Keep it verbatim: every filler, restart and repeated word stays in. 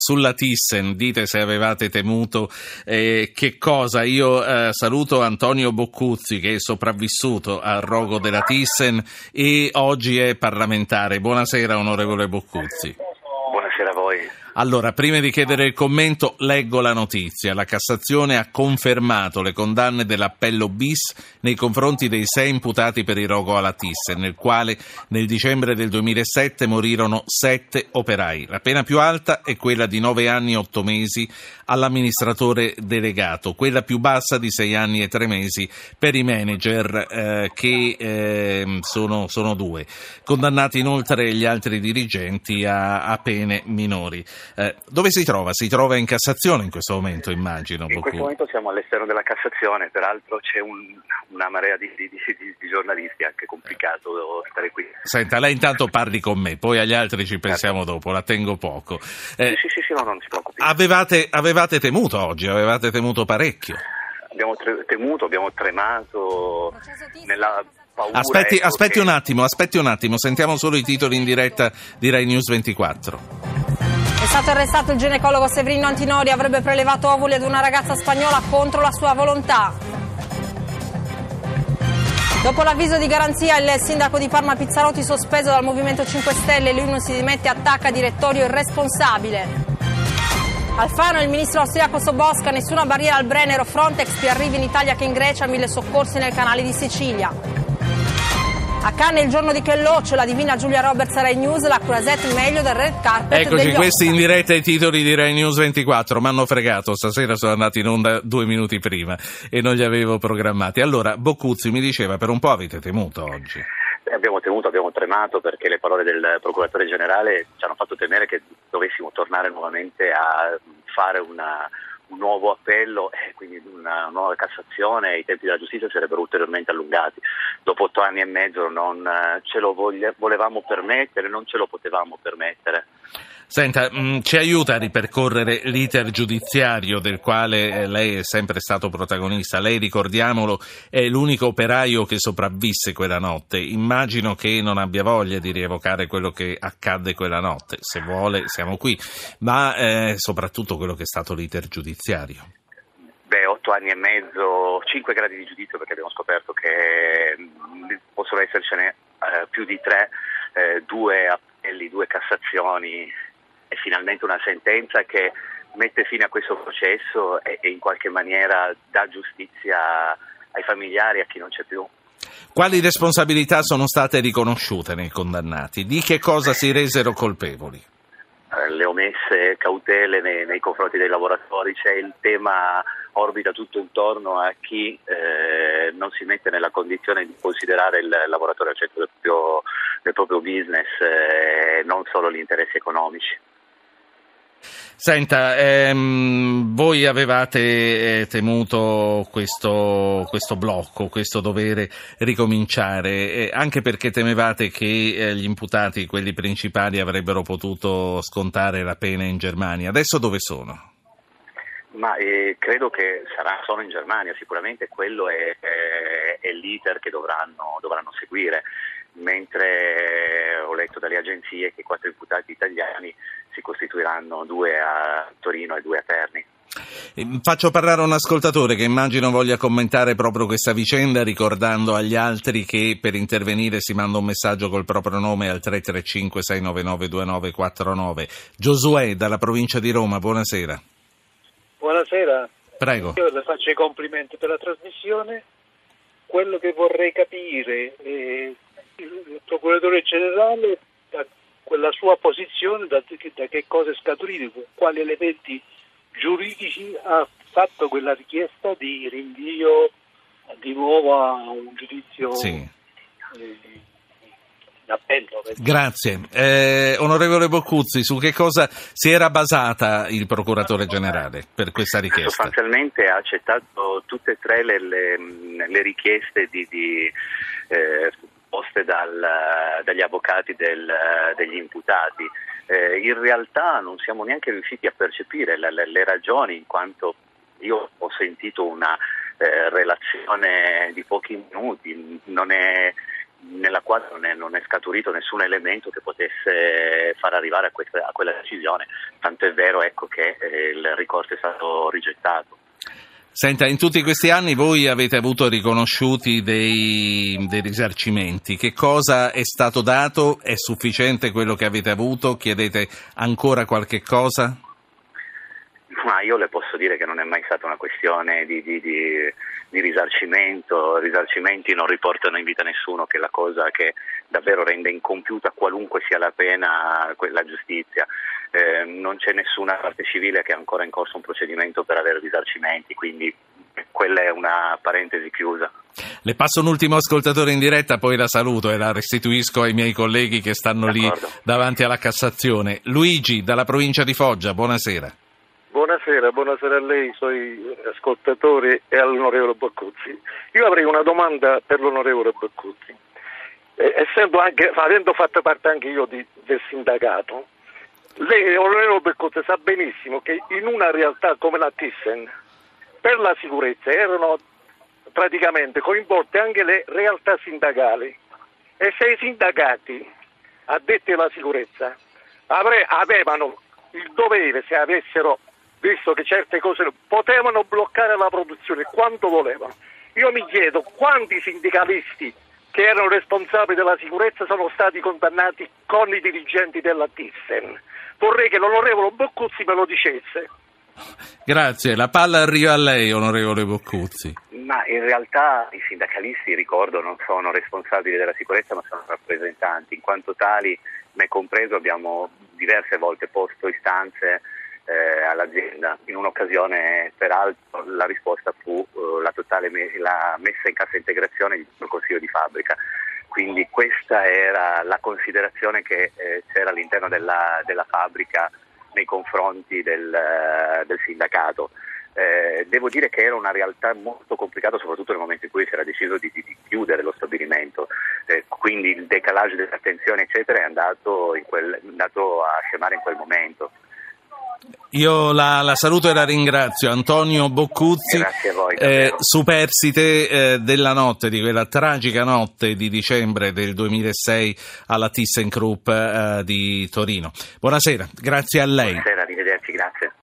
Sulla Thyssen, dite se avevate temuto eh, che cosa. Io eh, saluto Antonio Boccuzzi, che è sopravvissuto al rogo della Thyssen e oggi è parlamentare. Buonasera onorevole Boccuzzi. Buonasera a voi. Allora, prima di chiedere il commento, leggo la notizia. La Cassazione ha confermato le condanne dell'appello bis nei confronti dei sei imputati per il rogo alla Thyssen, nel quale nel dicembre del duemilasette morirono sette operai. La pena più alta è quella di nove anni e otto mesi all'amministratore delegato, quella più bassa di sei anni e tre mesi per i manager, eh, che eh, sono, sono due. Condannati inoltre gli altri dirigenti a, a pene minori. Eh, dove si trova? Si trova in Cassazione in questo momento, immagino. In questo momento siamo all'esterno della Cassazione, peraltro c'è un, una marea di, di, di, di giornalisti, è anche complicato stare qui. Senta, lei intanto parli con me, poi agli altri ci pensiamo dopo, la tengo poco. Eh, sì, sì, sì, no, non si preoccupi. Avevate, avevate temuto oggi, avevate temuto parecchio. Abbiamo tre, temuto, abbiamo tremato nella paura. Aspetti, ecco aspetti che... un attimo, aspetti un attimo, sentiamo solo i titoli in diretta di Rai News ventiquattro. È stato arrestato il ginecologo Severino Antinori, avrebbe prelevato ovuli ad una ragazza spagnola contro la sua volontà. Dopo l'avviso di garanzia, il sindaco di Parma Pizzarotti sospeso dal Movimento cinque Stelle, lui non si dimette, attacca direttorio irresponsabile. Alfano e il ministro austriaco Sobosca, nessuna barriera al Brennero, Frontex più arrivi in Italia che in Grecia, mille soccorsi nel canale di Sicilia. A Cannes il giorno di Kelloccio, la divina Giulia Roberts a Rai News, la Croisette meglio del red carpet. Eccoci, degli questi Oscar. in diretta i titoli di Rai News ventiquattro. Mi hanno fregato, stasera sono andati in onda due minuti prima e non li avevo programmati. Allora, Boccuzzi mi diceva, per un po' avete temuto oggi. Eh, abbiamo temuto, abbiamo tremato perché le parole del procuratore generale ci hanno fatto temere che dovessimo tornare nuovamente a fare una... un nuovo appello e quindi una nuova Cassazione, i tempi della giustizia sarebbero ulteriormente allungati. Dopo otto anni e mezzo non ce lo voglia, volevamo permettere, non ce lo potevamo permettere. Senta, mh, ci aiuta a ripercorrere l'iter giudiziario del quale eh, lei è sempre stato protagonista. Lei, ricordiamolo, è l'unico operaio che sopravvisse quella notte. Immagino che non abbia voglia di rievocare quello che accadde quella notte. Se vuole, siamo qui. Ma eh, soprattutto quello che è stato l'iter giudiziario. Beh, otto anni e mezzo, cinque gradi di giudizio, perché abbiamo scoperto che mh, possono essercene eh, più di tre, eh, due appelli, due Cassazioni e finalmente una sentenza che mette fine a questo processo e, e in qualche maniera dà giustizia ai familiari, a chi non c'è più. Quali responsabilità sono state riconosciute nei condannati? Di che cosa si resero colpevoli? Le omesse cautele nei, nei confronti dei lavoratori, c'è il tema, orbita tutto intorno a chi eh, non si mette nella condizione di considerare il lavoratore al centro del proprio, del proprio business, eh, non solo gli interessi economici. Senta, ehm, voi avevate eh, temuto questo, questo blocco, questo dovere ricominciare, eh, anche perché temevate che eh, gli imputati, quelli principali, avrebbero potuto scontare la pena in Germania. Adesso dove sono? Ma eh, credo che sarà solo in Germania, sicuramente quello è, è, è l'iter che dovranno, dovranno seguire, mentre ho letto dalle agenzie che i quattro imputati italiani si costituiranno due a Torino e due a Terni. Faccio parlare un ascoltatore che immagino voglia commentare proprio questa vicenda, ricordando agli altri che per intervenire si manda un messaggio col proprio nome al tre tre cinque sei nove nove due nove quattro nove. Giosuè dalla provincia di Roma, buonasera. Buonasera. Prego. Io le faccio i complimenti per la trasmissione. Quello che vorrei capire è il procuratore generale, da quella sua posizione, da, da che cosa è scaturito, con quali elementi giuridici ha fatto quella richiesta di rinvio di nuovo a un giudizio sì. eh, d'appello. Grazie. Eh, onorevole Boccuzzi, su che cosa si era basata il procuratore generale per questa richiesta? Sostanzialmente ha accettato tutte e tre le, le, le richieste di, di eh, poste dal, dagli avvocati del, degli imputati. Eh, in realtà non siamo neanche riusciti a percepire le, le, le ragioni, in quanto io ho sentito una eh, relazione di pochi minuti, non è nella quale non è, non è scaturito nessun elemento che potesse far arrivare a, questa, a quella decisione, tanto è vero ecco, che eh, il ricorso è stato rigettato. Senta, in tutti questi anni voi avete avuto riconosciuti dei, dei risarcimenti. Che cosa è stato dato? È sufficiente quello che avete avuto? Chiedete ancora qualche cosa? Ma io le posso dire che non è mai stata una questione di, di, di, di risarcimento. Risarcimenti non riportano in vita nessuno, che è la cosa che davvero rende incompiuta qualunque sia la pena, la giustizia. Eh, non c'è nessuna parte civile che ha ancora in corso un procedimento per avere risarcimenti, quindi quella è una parentesi chiusa. Le passo un ultimo ascoltatore in diretta, poi la saluto e la restituisco ai miei colleghi che stanno D'accordo. lì davanti alla Cassazione. Luigi, dalla provincia di Foggia, buonasera. Buonasera, buonasera a lei, ai suoi ascoltatori e all'onorevole Boccuzzi. Io avrei una domanda per l'onorevole Boccuzzi. Eh, essendo anche, avendo fatto parte anche io di, del sindacato, lei, onorevole Boccuzzi, sa benissimo che in una realtà come la Thyssen, per la sicurezza erano praticamente coinvolte anche le realtà sindacali, e se i sindacati addetti alla sicurezza avre, avevano il dovere, se avessero visto che certe cose potevano bloccare la produzione quando volevano. Io mi chiedo quanti sindacalisti che erano responsabili della sicurezza sono stati condannati con i dirigenti della Thyssen. Vorrei che l'onorevole Boccuzzi me lo dicesse. Grazie, la palla arriva a lei, onorevole Boccuzzi. Ma in realtà i sindacalisti, ricordo, non sono responsabili della sicurezza, ma sono rappresentanti. In quanto tali, me compreso, abbiamo diverse volte posto istanze eh, all'azienda. In un'occasione, peraltro, la risposta fu eh, la totale me- la messa in cassa integrazione di tutto il consiglio di fabbrica. Quindi questa era la considerazione che eh, c'era all'interno della, della fabbrica nei confronti del, uh, del sindacato. Eh, devo dire che era una realtà molto complicata, soprattutto nel momento in cui si era deciso di, di, di chiudere lo stabilimento, eh, quindi il decalage delle attenzioni eccetera è andato, in quel, è andato a scemare in quel momento. Io la, la saluto e la ringrazio, Antonio Boccuzzi. Grazie a voi, eh, superstite eh, della notte, di quella tragica notte di dicembre del duemilasei alla ThyssenKrupp eh, di Torino. Buonasera, grazie a lei. Buonasera,